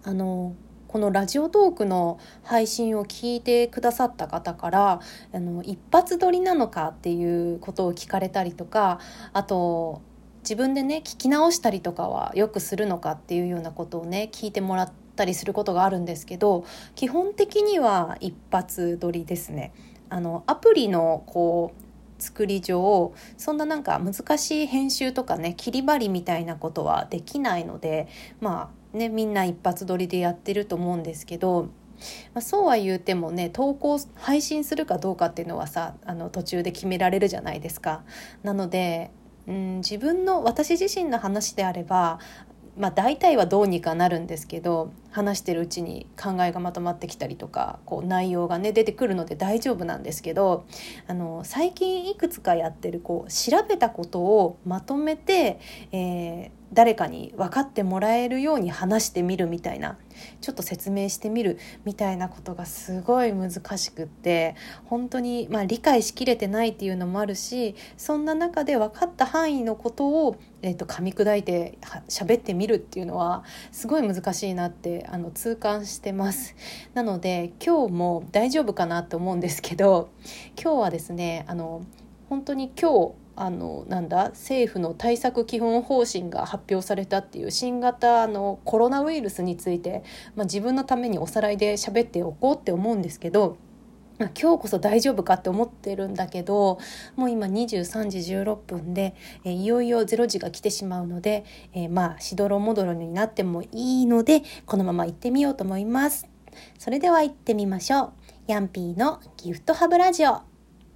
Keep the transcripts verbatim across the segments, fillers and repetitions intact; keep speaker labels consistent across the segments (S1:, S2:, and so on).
S1: あのこのラジオトークの配信を聞いてくださった方からあの一発撮りなのかっていうことを聞かれたりとか、あと自分でね聞き直したりとかはよくするのかっていうようなことをね聞いてもらったりすることがあるんですけど、基本的には一発撮りですね。あのアプリのこう作り上そんななんか難しい編集とかね切り張りみたいなことはできないので、まあねみんな一発撮りでやってると思うんですけど、まあ、そうは言うてもね投稿配信するかどうかっていうのはさ、あの途中で決められるじゃないですか。なので、うん、自分の私自身の話であれば、まあ、大体はどうにかなるんですけど、話してるうちに考えがまとまってきたりとかこう内容がね出てくるので大丈夫なんですけど、あの最近いくつかやってるこう調べたことをまとめて、えー、誰かに分かってもらえるように話してみるみたいな、ちょっと説明してみるみたいなことがすごい難しくって、本当に、まあ、理解しきれてないっていうのもあるし、そんな中で分かった範囲のことを、えー、と噛み砕いて喋ってみるっていうのはすごい難しいなってあの痛感してます。なので今日も大丈夫かなと思うんですけど、今日はですねあの本当に今日あのなんだ政府の対策基本方針が発表されたっていう新型のコロナウイルスについて、まあ、自分のためにおさらいで喋っておこうって思うんですけど、まあ、今日こそ大丈夫かって思ってるんだけど、もう今にじゅうさんじじゅうろっぷんで、えー、いよいよゼロじが来てしまうので、えー、まあしどろもどろになってもいいのでこのまま行ってみようと思います。それでは行ってみましょう。ヤンピーのギフトハブラジオ。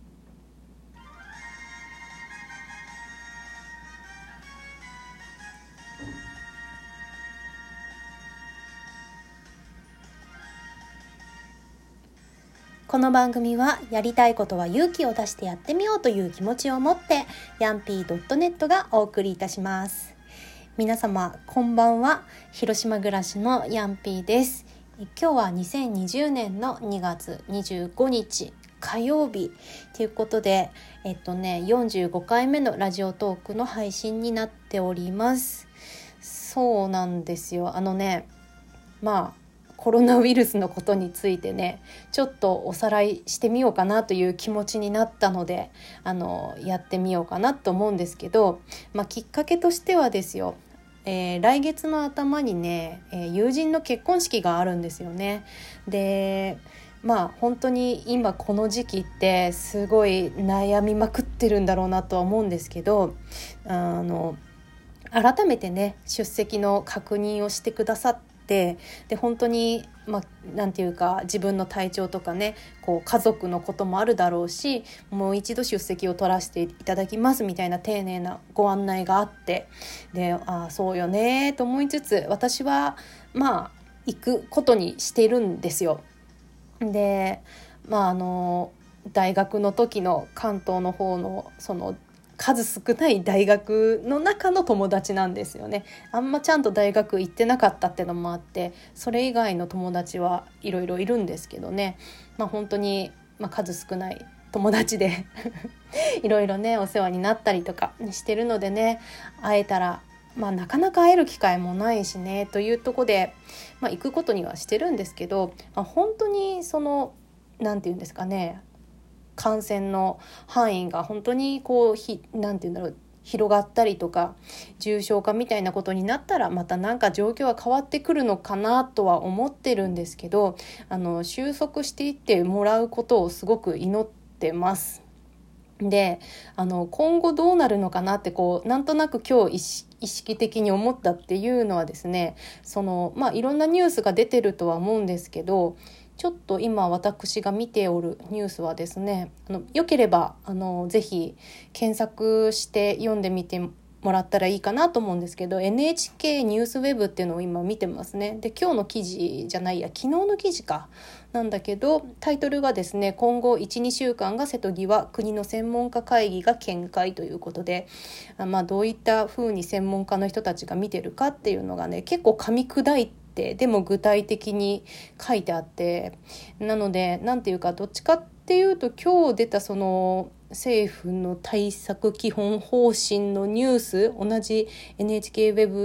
S1: この番組はやりたいことは勇気を出してやってみようという気持ちを持ってヤンピー ドットネット がお送りいたします。皆様こんばんは。広島暮らしのヤンピーです。今日はにせんにじゅうねんのにがつにじゅうごにち火曜日ということで、えっとねよんじゅうごかいめのラジオトークの配信になっております。そうなんですよ。あのねまあコロナウイルスのことについてねちょっとおさらいしてみようかなという気持ちになったので、あのやってみようかなと思うんですけど、まあ、きっかけとしてはですよ、えー、来月の頭にね、えー、友人の結婚式があるんですよね。でまあ本当に今この時期ってすごい悩みまくってるんだろうなとは思うんですけど、あの改めてね出席の確認をしてくださって、で本当に、まあ、なんていうか自分の体調とかねこう家族のこともあるだろうし、もう一度出席を取らせていただきますみたいな丁寧なご案内があって、でああそうよねと思いつつ私はまあ行くことにしているんですよ。でまああの大学の時の関東の方のその数少ない大学の中の友達なんですよね。あんまちゃんと大学行ってなかったってのもあって、それ以外の友達はいろいろいるんですけどね、まあ本当に、まあ、数少ない友達でいろいろねお世話になったりとかしてるのでね、会えたらまあなかなか会える機会もないしねというところで、まあ、行くことにはしてるんですけど、まあ、本当にそのなんていうんですかね、感染の範囲が本当にこうひなんていうんだろう広がったりとか重症化みたいなことになったらまたなんか状況は変わってくるのかなとは思ってるんですけど、あの収束していってもらうことをすごく祈ってます。であの今後どうなるのかなってこうなんとなく今日意識的に思ったっていうのはですね、そのまあいろんなニュースが出てるとは思うんですけど、ちょっと今私が見ておるニュースはですね、あのよければあのぜひ検索して読んでみてもらったらいいかなと思うんですけど、 エヌエイチケー ニュースウェブっていうのを今見てますね。で今日の記事じゃないや昨日の記事かなんだけど、タイトルがですね今後 いちにしゅうかんが瀬戸際国の専門家会議が見解ということで、あまあどういった風に専門家の人たちが見てるかっていうのがね結構噛み砕いてでも具体的に書いてあって、なのでなんていうかどっちかっていうと今日出たその政府の対策基本方針のニュース、同じ エヌエイチケー ウェブ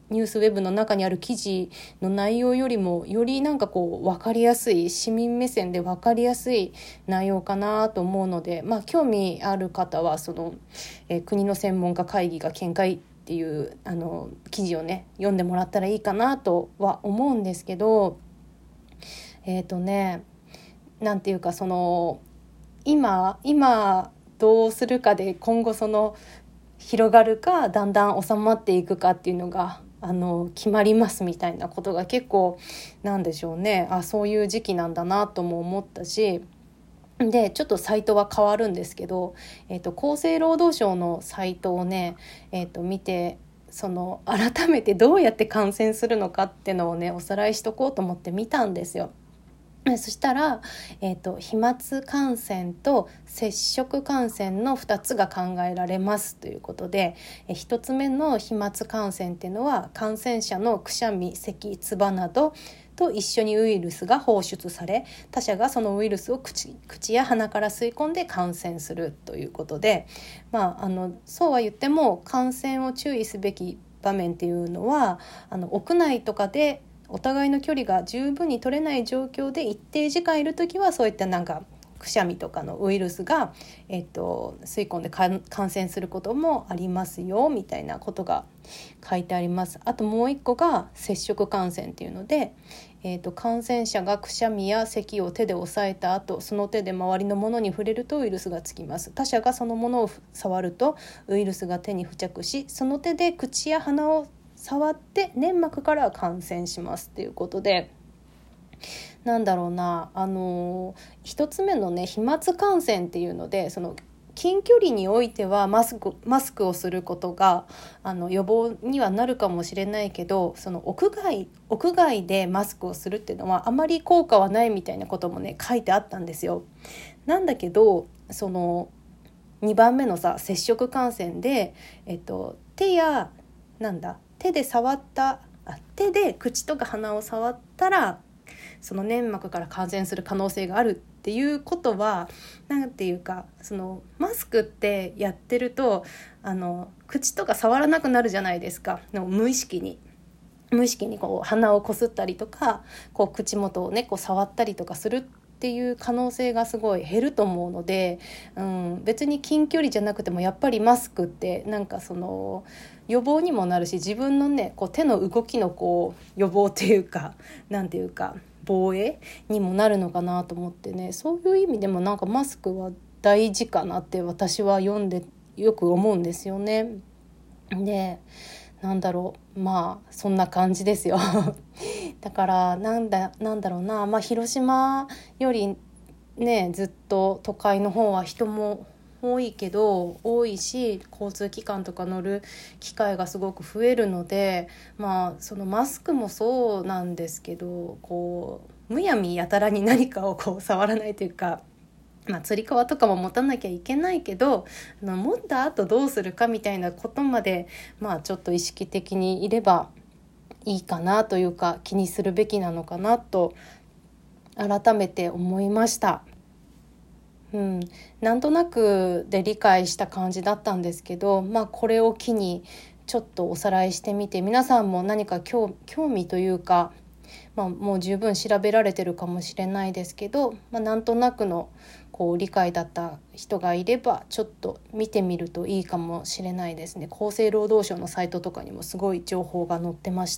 S1: ニュースウェブの中にある記事の内容よりもよりなんかこう分かりやすい、市民目線で分かりやすい内容かなと思うので、まあ興味ある方はその、えー、国の専門家会議が見解っていうあの記事をね読んでもらったらいいかなとは思うんですけど、えっとねなんていうかその今今どうするかで今後その広がるかだんだん収まっていくかっていうのがあの決まりますみたいなことが結構なんでしょうね、あそういう時期なんだなとも思ったし、でちょっとサイトは変わるんですけど、えーと、厚生労働省のサイトをね、えーと、見てその改めてどうやって感染するのかっていうのをねおさらいしとこうと思って見たんですよ。そしたら、えーと、飛沫感染と接触感染のふたつが考えられますということで、えひとつめの飛沫感染っていうのは感染者のくしゃみ、咳、唾などと一緒にウイルスが放出され、他者がそのウイルスを 口, 口や鼻から吸い込んで感染するということで、まあ、あのそうは言っても感染を注意すべき場面っていうのはあの屋内とかでお互いの距離が十分に取れない状況で一定時間いるときはそういったなんかくしゃみとかのウイルスが、えっと、吸い込んで感染することもありますよみたいなことが書いてあります。あともう一個が接触感染っていうので、えっと、感染者がくしゃみや咳を手で押さえた後その手で周りのものに触れるとウイルスがつきます。他者がそのものを触るとウイルスが手に付着しその手で口や鼻を触って粘膜から感染しますっていうことで、なんだろうなあの一つ目のね飛沫感染っていうのでその近距離においてはマスク、マスクをすることがあの予防にはなるかもしれないけど、その屋外、屋外でマスクをするっていうのはあまり効果はないみたいなこともね書いてあったんですよ。なんだけどそのにばんめのさ接触感染で、えっと、手やなんだ手で触ったあ手で口とか鼻を触ったらその粘膜から感染する可能性があるっていうことはなんていうかそのマスクってやってるとあの口とか触らなくなるじゃないですか。でも無意識に無意識にこう鼻をこすったりとかこう口元をねこう触ったりとかするっていう可能性がすごい減ると思うので、うん、別に近距離じゃなくてもやっぱりマスクってなんかその予防にもなるし自分のねこう手の動きのこう予防っていうかなんていうか防衛にもなるのかなと思ってね、そういう意味でもなんかマスクは大事かなって私は読んでよく思うんですよね。でなんだろうまあそんな感じですよだからなんだなんだろうな、まあ、広島よりねずっと都会の方は人も多いけど多いし交通機関とか乗る機会がすごく増えるので、まあそのマスクもそうなんですけどこうむやみやたらに何かをこう触らないというか、まあ、つり革とかも持たなきゃいけないけどあの持った後どうするかみたいなことまで、まあ、ちょっと意識的にいればいいかなというか気にするべきなのかなと改めて思いました。うん、なんとなくで理解した感じだったんですけど、まあ、これを機にちょっとおさらいしてみて皆さんも何か 興, 興味というか、まあ、もう十分調べられてるかもしれないですけど、まあ、なんとなくのこう理解だった人がいればちょっと見てみるといいかもしれないですね。厚生労働省のサイトとかにもすごい情報が載ってました。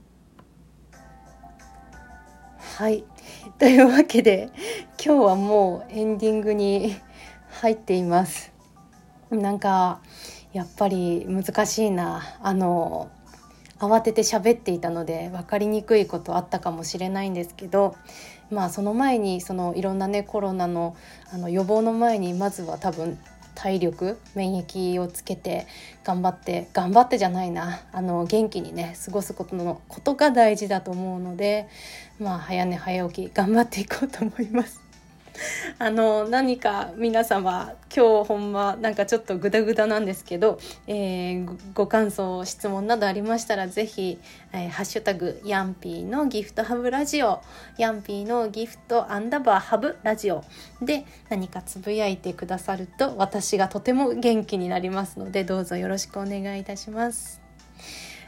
S1: はい、というわけで今日はもうエンディングに入っています。なんかやっぱり難しいなあの慌てて喋っていたので分かりにくいことあったかもしれないんですけど、まあその前にそのいろんなねコロナ の, あの予防の前にまずは多分体力免疫をつけて頑張って頑張ってじゃないなあの元気にね過ごすことのことが大事だと思うので、まあ早寝早起き頑張っていこうと思いますあの何か皆様今日ほんまなんかちょっとグダグダなんですけど、えー、ご, ご感想質問などありましたらぜひ、えー、ハッシュタグヤンピーのギフトハブラジオヤンピーのギフトアンダーバーハブラジオで何かつぶやいてくださると私がとても元気になりますのでどうぞよろしくお願いいたします。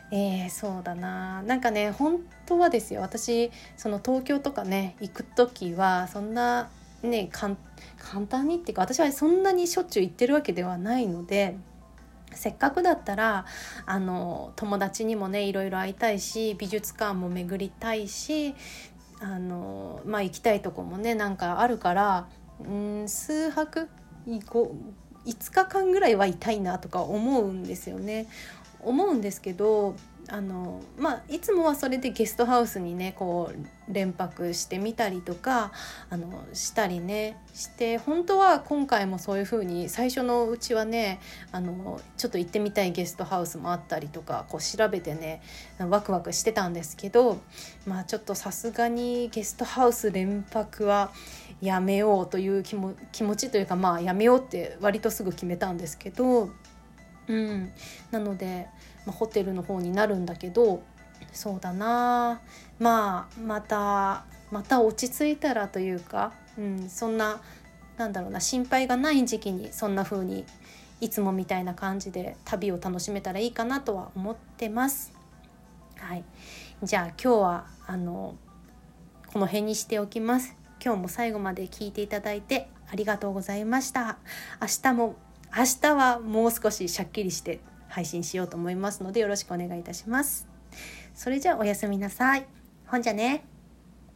S1: えー、そうだな、なんかね本当はですよ、私その東京とかね行く時はそんなねかん簡単にっていうか、私はそんなにしょっちゅう行ってるわけではないので、せっかくだったらあの友達にもねいろいろ会いたいし、美術館も巡りたいし、あの、まあ、行きたいとこもねなんかあるから、うん数泊いごいつかかんぐらいはいたいなとか思うんですよね。思うんですけど、あの、まあ、いつもはそれでゲストハウスにねこう連泊してみたりとかあのしたりねして、本当は今回もそういう風に最初のうちはねあのちょっと行ってみたいゲストハウスもあったりとかこう調べてねワクワクしてたんですけど、まあちょっとさすがにゲストハウス連泊はやめようという気も気持ちというか、まあやめようって割とすぐ決めたんですけど、うん、なので、まあ、ホテルの方になるんだけど、そうだな、まあまたまた落ち着いたらというか、うん、そんななんだろうな、心配がない時期にそんな風にいつもみたいな感じで旅を楽しめたらいいかなとは思ってます。はい、じゃあ今日はあのこの辺にしておきます。今日も最後まで聞いていただいてありがとうございました。明日も明日はもう少ししゃっきりして配信しようと思いますので、よろしくお願いいたします。それじゃあおやすみなさい。ほんじゃね。